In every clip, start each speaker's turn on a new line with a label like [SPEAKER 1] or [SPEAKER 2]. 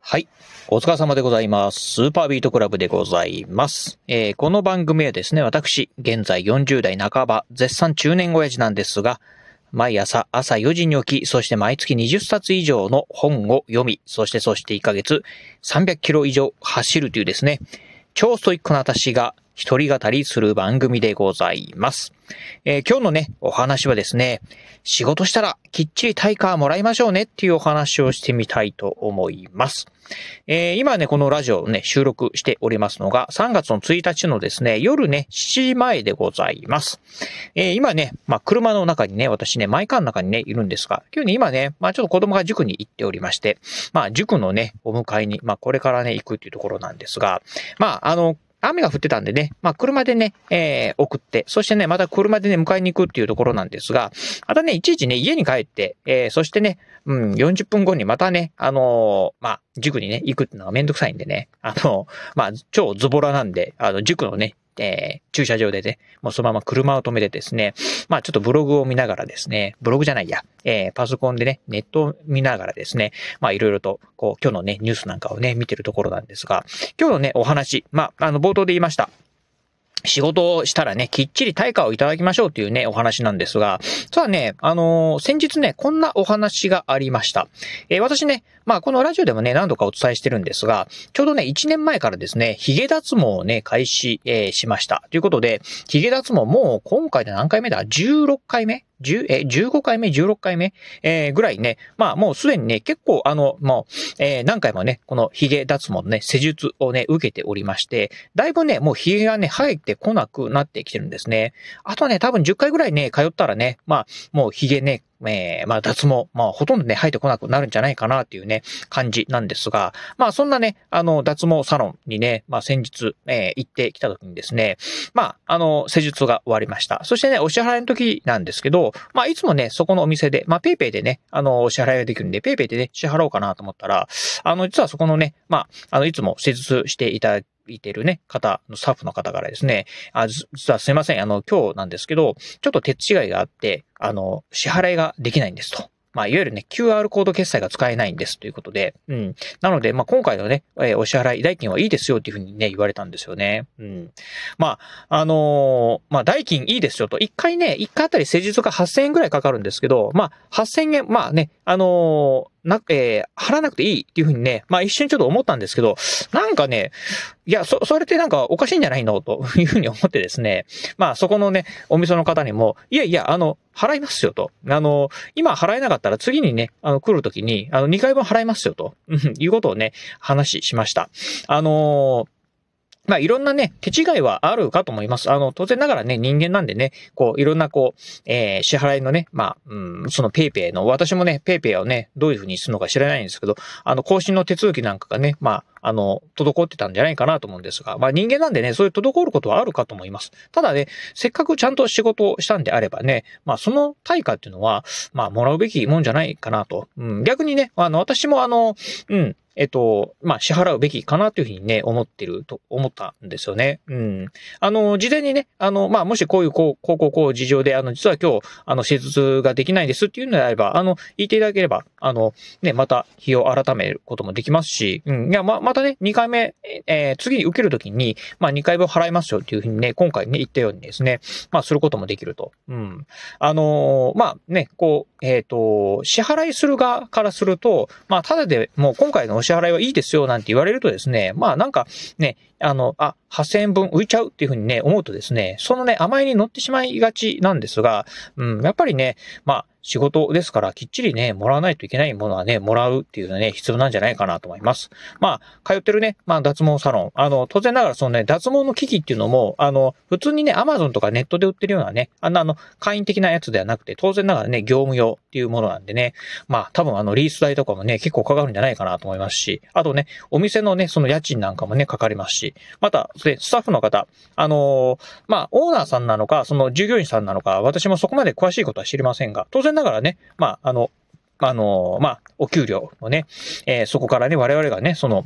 [SPEAKER 1] はい。お疲れ様でございます。スーパービートクラブでございます。この番組はですね、私、現在40代半ば、絶賛中年親父なんですが、毎朝4時に起き、そして毎月20冊以上の本を読み、そして1ヶ月300キロ以上走るというですね、超ストイックな私が一人語りする番組でございます。今日のね、お話はですね、仕事したらきっちり対価もらいましょうねっていうお話をしてみたいと思います。今ね、このラジオをね、収録しておりますのが、3月の1日のですね、夜ね、7時前でございます。今ね、車の中にね、私ね、マイカーの中にね、いるんですが、今日ね、今ね、ちょっと子供が塾に行っておりまして、塾のね、お迎えに、これからね、行くっていうところなんですが、雨が降ってたんでね、車でね、送って、そしてね、また車でね、迎えに行くっていうところなんですが、またね、いちいちね、家に帰って、そしてね、40分後にまたね、塾にね、行くっていうのがめんどくさいんでね、超ズボラなんで、塾のね、駐車場でね、もうそのまま車を止めてですね、ちょっとブログを見ながらですね、ブログじゃないや、パソコンでね、ネットを見ながらですね、いろいろと、今日のね、ニュースなんかをね、見てるところなんですが、今日のね、お話、冒頭で言いました。仕事をしたらね、きっちり対価をいただきましょうというね、お話なんですが、実はね、先日ね、こんなお話がありました。私ね、このラジオでもね、何度かお伝えしてるんですが、ちょうどね、1年前からですね、髭脱毛をね、開始、しました。ということで、髭脱毛もう今回で何回目だ ?16 回目15回目 ?16 回目ぐらいね、もうすでにね、結構何回もね、この髭脱毛のね、施術をね、受けておりまして、だいぶね、もう髭がね、生えてこなくなってきてるんですね。あとはね、多分10回ぐらいね、通ったらね、もう髭ね、脱毛、ほとんどね、生えてこなくなるんじゃないかなっていうね、感じなんですが、そんなね、脱毛サロンにね、先日、行ってきた時にですね、施術が終わりました。そしてね、お支払いの時なんですけど、いつもね、そこのお店で、ペイペイでね、お支払いができるんで、ペイペイでね、支払おうかなと思ったら、実はそこのね、いつも施術していただいているね、方のスタッフの方からですね、実はすいません、今日なんですけど、ちょっと手違いがあって、支払いができないんですと。いわゆるね、QR コード決済が使えないんですということで、なので、今回のね、お支払い代金はいいですよっていうふうにね、言われたんですよね。代金いいですよと。1回あたり施術が8000円ぐらいかかるんですけど、8000円、払わなくていいっていうふうにね、一瞬ちょっと思ったんですけど、なんかね、いや、それってなんかおかしいんじゃないのというふうに思ってですね、そこのね、お店の方にも、いや、払いますよと。今払えなかったら次にね、来るときに、2回分払いますよと、いうことをね、話しました。いろんなね、手違いはあるかと思います。当然ながらね、人間なんでね、いろんな支払いのね、そのペイペイの、私もね、ペイペイをね、どういうふうにするのか知らないんですけど、更新の手続きなんかがね、滞ってたんじゃないかなと思うんですが、人間なんでね、そういう滞ることはあるかと思います。ただね、せっかくちゃんと仕事をしたんであればね、その対価っていうのは、もらうべきもんじゃないかなと。逆にね、私も支払うべきかなというふうにね、思ったんですよね。事前にね、もしこういう事情で、実は今日、施術ができないですっていうのであれば、言っていただければ、また日を改めることもできますし、またね、2回目、次に受けるときに、2回分払いますよっていうふうにね、今回ね、言ったようにですね、することもできると。支払いする側からすると、ただでもう今回のお支払いはいいですよなんて言われるとですね、なんかね、8000円分浮いちゃうっていうふうにね、思うとですね、そのね、甘えに乗ってしまいがちなんですが、やっぱりね、仕事ですからきっちりね、もらわないといけないものはね、もらうっていうのはね、必要なんじゃないかなと思います。通ってるね、脱毛サロン、当然ながらそのね、脱毛の機器っていうのも、普通にね、Amazon とかネットで売ってるようなね、簡易的なやつではなくて、当然ながらね、業務用っていうものなんでね、多分リース代とかもね、結構かかるんじゃないかなと思いますし、あとね、お店のね、その家賃なんかもね、かかりますし、また、スタッフの方、オーナーさんなのか、その従業員さんなのか、私もそこまで詳しいことは知りませんが、当然ながらね、お給料をね、そこからね、我々がね、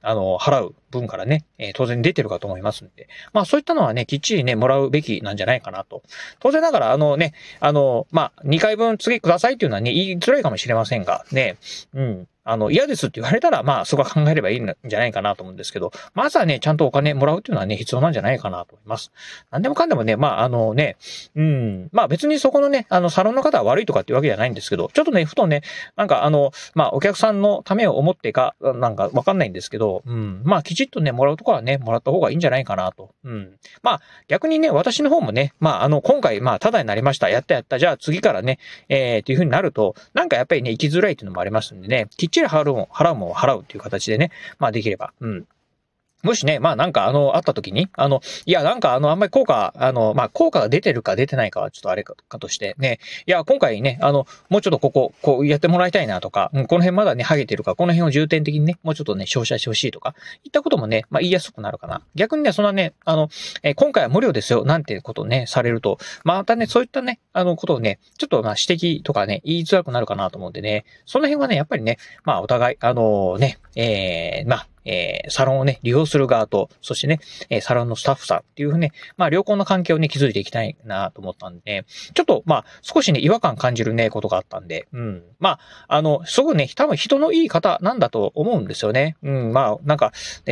[SPEAKER 1] 払う分からね、当然出てるかと思いますんで、まあそういったのはね、きっちりね、もらうべきなんじゃないかなと。当然ながら、まあ、2回分次くださいっていうのはね、言いづらいかもしれませんが、ね、嫌ですって言われたら、まあ、そこは考えればいいんじゃないかなと思うんですけど、まずはね、ちゃんとお金もらうっていうのはね、必要なんじゃないかなと思います。なんでもかんでもね、まあ、まあ別にそこのね、サロンの方は悪いとかっていうわけじゃないんですけど、ちょっとね、ふとね、なんかまあ、お客さんのためを思ってか、なんかわかんないんですけど、まあ、きちっとね、もらうところはね、もらった方がいいんじゃないかなと。まあ、逆にね、私の方もね、まあ、今回、まあ、タダになりました。やった、じゃあ次からね、っていう風になると、なんかやっぱりね、生きづらいっていうのもありますんでね、きっちり払うもんを払うっていう形でね、まあ、できれば、もしね、まあなんかあった時に、いやなんかあんまり効果、まあ効果が出てるか出てないかはちょっとあれかとしてね、いや今回ね、もうちょっとこうやってもらいたいなとか、この辺まだね、ハゲてるか、この辺を重点的にね、もうちょっとね、照射してほしいとか、いったこともね、まあ言いやすくなるかな。逆にね、そんなね、今回は無料ですよ、なんてことをね、されると、またね、そういったね、ことをね、ちょっとまあ指摘とかね、言いづらくなるかなと思うんでね、その辺はね、やっぱりね、まあお互い、まあ、サロンをね、利用する側と、そしてね、サロンのスタッフさんっていうね、まあ、良好な関係をね、築いていきたいなと思ったんで、ね、ちょっと、まあ、少しね、違和感感じるね、ことがあったんで、まあ、すごくね、多分人のいい方なんだと思うんですよね。まあ、なんか、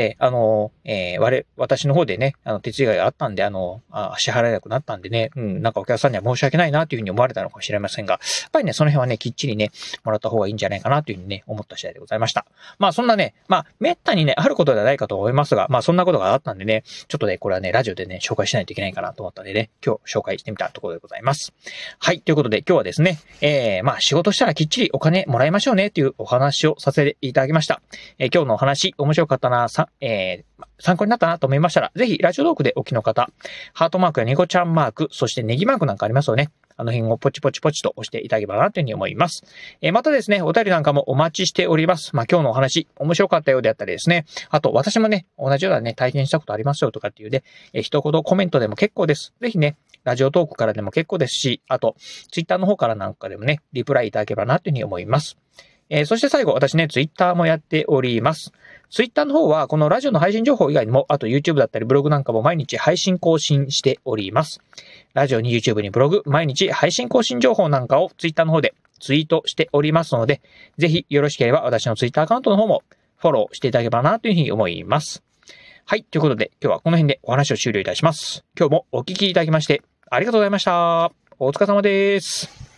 [SPEAKER 1] 私の方でね、手違いがあったんで、支払えなくなったんでね、なんかお客さんには申し訳ないなというふうに思われたのかもしれませんが、やっぱりね、その辺はね、きっちりね、もらった方がいいんじゃないかなというふうにね、思った次第でございました。まあ、そんなね、まあ、めったにね、あることではないかと思いますが、まあそんなことがあったんでね、ちょっとね、これはね、ラジオでね、紹介しないといけないかなと思ったんでね、今日紹介してみたところでございます。はい、ということで今日はですね、まあ仕事したらきっちりお金もらいましょうねというお話をさせていただきました。今日のお話、面白かったな、参考になったなと思いましたら、ぜひラジオトークでお聞きの方、ハートマークやニコちゃんマーク、そしてネギマークなんかありますよね。あの辺をポチポチポチと押していただければなというふうに思います。またですね、お便りなんかもお待ちしております。まあ今日のお話、面白かったようであったりですね、あと私もね、同じようなね、体験したことありますよとかっていうね、一言コメントでも結構です。ぜひね、ラジオトークからでも結構ですし、あと、ツイッターの方からなんかでもね、リプライいただければなというふうに思います。そして最後、私ね、ツイッターもやっております。ツイッターの方は、このラジオの配信情報以外にも、あと YouTube だったりブログなんかも毎日配信更新しております。ラジオに YouTube にブログ、毎日配信更新情報なんかをツイッターの方でツイートしておりますので、ぜひよろしければ私のツイッターアカウントの方もフォローしていただければなというふうに思います。はい、ということで今日はこの辺でお話を終了いたします。今日もお聞きいただきましてありがとうございました。お疲れ様です。